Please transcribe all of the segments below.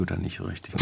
Oder nicht richtig.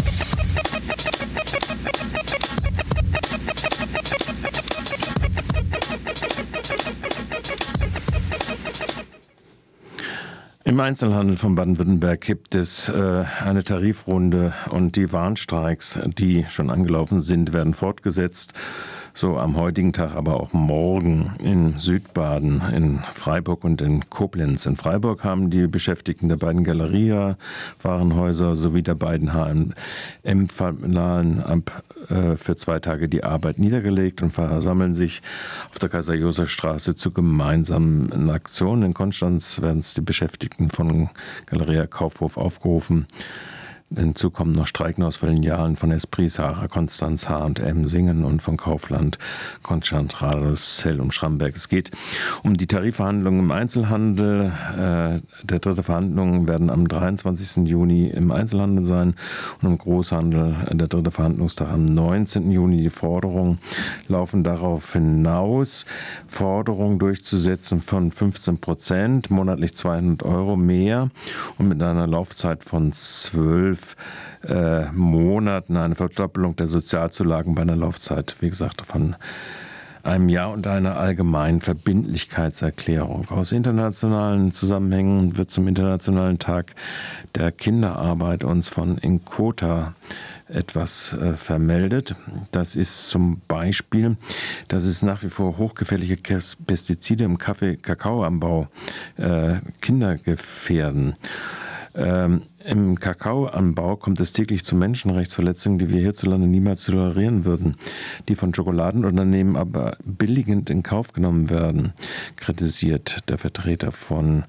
Im Einzelhandel von Baden-Württemberg gibt es eine Tarifrunde und die Warnstreiks, die schon angelaufen sind, werden fortgesetzt. So am heutigen Tag, aber auch morgen in Südbaden, in Freiburg und in Koblenz. In Freiburg haben die Beschäftigten der beiden Galeria, Warenhäuser sowie der beiden H&M-Filialen für 2 Tage die Arbeit niedergelegt und versammeln sich auf der Kaiser-Josef-Straße zu gemeinsamen Aktionen. In Konstanz werden es die Beschäftigten von Galeria Kaufhof aufgerufen. Hinzu kommen noch Streikenausfällen von Esprit, Sarah, Konstanz, H&M, Singen und von Kaufland, Concentrado, Zell und Schramberg. Es geht um die Tarifverhandlungen im Einzelhandel. Der dritte Verhandlungen werden am 23. Juni im Einzelhandel sein und im Großhandel der dritte Verhandlungstag am 19. Juni. Die Forderungen laufen darauf hinaus, Forderungen durchzusetzen von 15%, monatlich 200 € mehr und mit einer Laufzeit von 12 Monaten, eine Verdoppelung der Sozialzulagen bei einer Laufzeit, wie gesagt, von einem Jahr und einer allgemeinen Verbindlichkeitserklärung. Aus internationalen Zusammenhängen wird zum Internationalen Tag der Kinderarbeit uns von Inkota etwas vermeldet. Das ist zum Beispiel, dass es nach wie vor hochgefährliche Pestizide im Kakaoanbau Kinder gefährden. Im Kakaoanbau kommt es täglich zu Menschenrechtsverletzungen, die wir hierzulande niemals tolerieren würden, die von Schokoladenunternehmen aber billigend in Kauf genommen werden, kritisiert der Vertreter von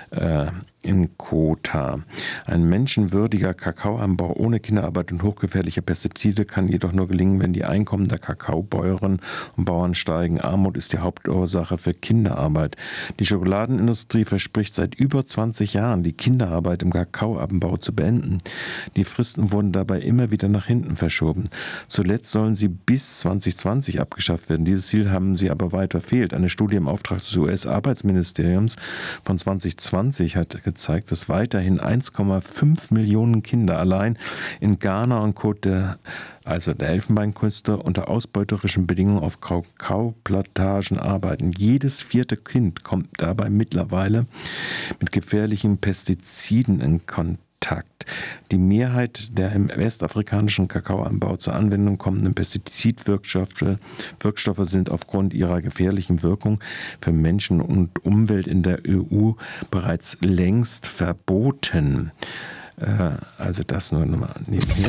Inkota. Ein menschenwürdiger Kakaoanbau ohne Kinderarbeit und hochgefährliche Pestizide kann jedoch nur gelingen, wenn die Einkommen der Kakaobäuerinnen und Bauern steigen. Armut ist die Hauptursache für Kinderarbeit. Die Schokoladenindustrie verspricht seit über 20 Jahren, die Kinderarbeit im Kakaoanbau zu beenden. Die Fristen wurden dabei immer wieder nach hinten verschoben. Zuletzt sollen sie bis 2020 abgeschafft werden. Dieses Ziel haben sie aber weit verfehlt. Eine Studie im Auftrag des US-Arbeitsministeriums von 2020 hat gezeigt, dass weiterhin 1,5 Millionen Kinder allein in Ghana und Côte, also der Elfenbeinküste, unter ausbeuterischen Bedingungen auf Kakaoplantagen arbeiten. Jedes 4. Kind kommt dabei mittlerweile mit gefährlichen Pestiziden in Kontakt. Die Mehrheit der im westafrikanischen Kakaoanbau zur Anwendung kommenden Pestizidwirkstoffe sind aufgrund ihrer gefährlichen Wirkung für Menschen und Umwelt in der EU bereits längst verboten. Also das nur nochmal nebenher.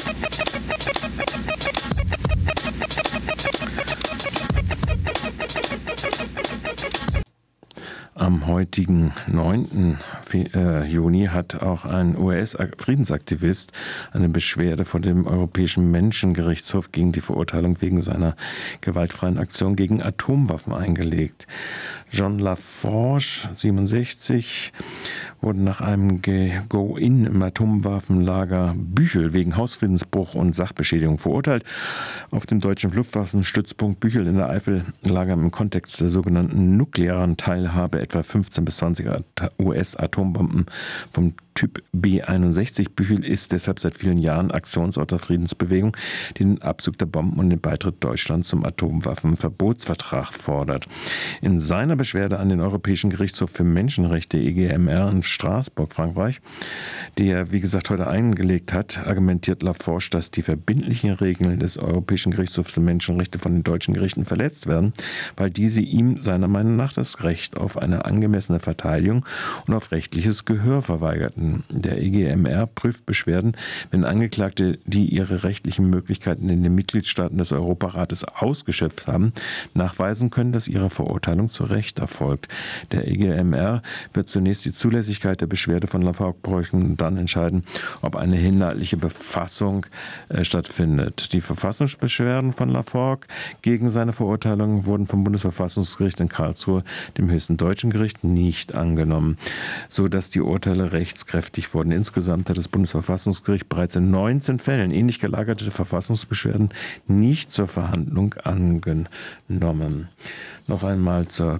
Am heutigen 9. Juni hat auch ein US-Friedensaktivist eine Beschwerde vor dem Europäischen Menschengerichtshof gegen die Verurteilung wegen seiner gewaltfreien Aktion gegen Atomwaffen eingelegt. John LaForge, 67, wurde nach einem Go-In im Atomwaffenlager Büchel wegen Hausfriedensbruch und Sachbeschädigung verurteilt. Auf dem deutschen Luftwaffenstützpunkt Büchel in der Eifel lagen im Kontext der sogenannten nuklearen Teilhabe etwa 15 bis 20 US-Atombomben vom Typ B-61. Büchel ist deshalb seit vielen Jahren Aktionsort der Friedensbewegung, die den Abzug der Bomben und den Beitritt Deutschlands zum Atomwaffenverbotsvertrag fordert. In seiner Beschwerde an den Europäischen Gerichtshof für Menschenrechte EGMR in Straßburg, Frankreich, die er, wie gesagt, heute eingelegt hat, argumentiert LaForge, dass die verbindlichen Regeln des Europäischen Gerichtshofs für Menschenrechte von den deutschen Gerichten verletzt werden, weil diese ihm seiner Meinung nach das Recht auf eine angemessene Verteidigung und auf rechtliches Gehör verweigerten. Der EGMR prüft Beschwerden, wenn Angeklagte, die ihre rechtlichen Möglichkeiten in den Mitgliedstaaten des Europarates ausgeschöpft haben, nachweisen können, dass ihre Verurteilung zu Recht erfolgt. Der EGMR wird zunächst die Zulässigkeit der Beschwerde von LaForge prüfen und dann entscheiden, ob eine inhaltliche Befassung stattfindet. Die Verfassungsbeschwerden von LaForge gegen seine Verurteilung wurden vom Bundesverfassungsgericht in Karlsruhe, dem höchsten deutschen Gericht, nicht angenommen, sodass die Urteile rechtskräftig wurden. Insgesamt hat das Bundesverfassungsgericht bereits in 19 Fällen ähnlich gelagerte Verfassungsbeschwerden nicht zur Verhandlung angenommen. Noch einmal zur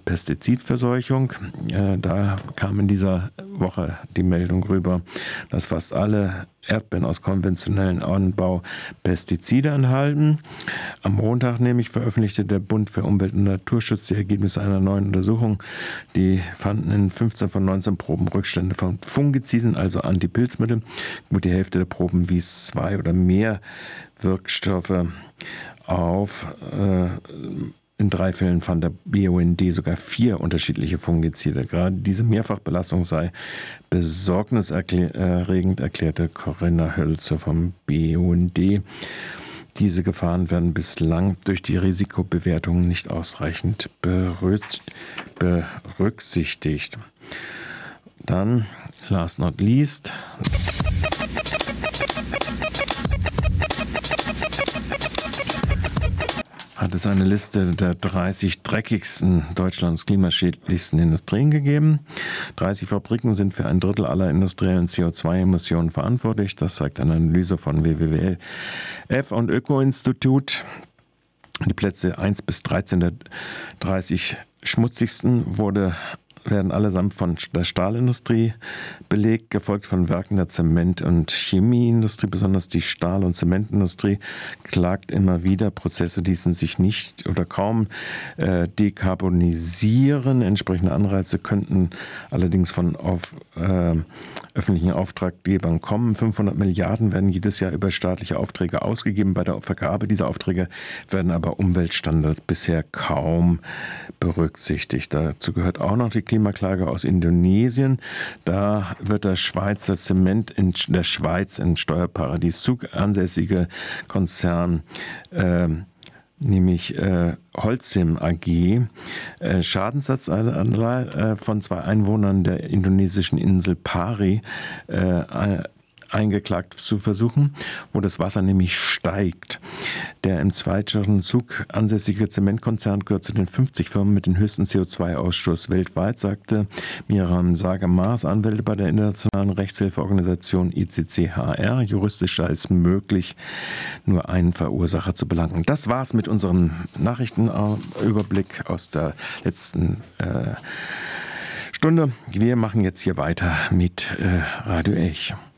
Pestizidverseuchung. Da kam in dieser Woche die Meldung rüber, dass fast alle Erdbeeren aus konventionellen Anbau Pestizide enthalten. Am Montag nämlich veröffentlichte der Bund für Umwelt und Naturschutz die Ergebnisse einer neuen Untersuchung. Die fanden in 15 von 19 Proben Rückstände von Fungiziden, also Antipilzmittel. Gut, die Hälfte der Proben wies 2 oder mehr Wirkstoffe auf. In 3 Fällen fand der BUND sogar 4 unterschiedliche Fungizide. Gerade diese Mehrfachbelastung sei besorgniserregend, erklärte Corinna Hölzer vom BUND. Diese Gefahren werden bislang durch die Risikobewertung nicht ausreichend berücksichtigt. Dann, last not least, hat es eine Liste der 30 dreckigsten Deutschlands klimaschädlichsten Industrien gegeben. 30 Fabriken sind für 1/3 aller industriellen CO2-Emissionen verantwortlich. Das zeigt eine Analyse von WWF und Öko-Institut. Die Plätze 1 bis 13 der 30 schmutzigsten werden allesamt von der Stahlindustrie belegt, gefolgt von Werken der Zement- und Chemieindustrie. Besonders die Stahl- und Zementindustrie klagt immer wieder, Prozesse ließen sich nicht oder kaum dekarbonisieren. Entsprechende Anreize könnten allerdings von öffentlichen Auftraggebern kommen. 500 Milliarden werden jedes Jahr über staatliche Aufträge ausgegeben. Bei der Vergabe dieser Aufträge werden aber Umweltstandards bisher kaum berücksichtigt. Dazu gehört auch noch die Klimaklage aus Indonesien. Da wird der Schweizer Zement in der Schweiz in Steuerparadies ansässige Konzern nämlich Holcim AG, Schadensersatz von 2 Einwohnern der indonesischen Insel Pari eingeklagt zu versuchen, wo das Wasser nämlich steigt. Der im zweiten Zug ansässige Zementkonzern gehört zu den 50 Firmen mit dem höchsten CO2-Ausstoß weltweit, sagte Miriam Sager-Maas, Anwälte bei der internationalen Rechtshilfeorganisation ICCHR. Juristisch sei es möglich, nur einen Verursacher zu belangen. Das war's mit unserem Nachrichtenüberblick aus der letzten Stunde. Wir machen jetzt hier weiter mit Radio Elch.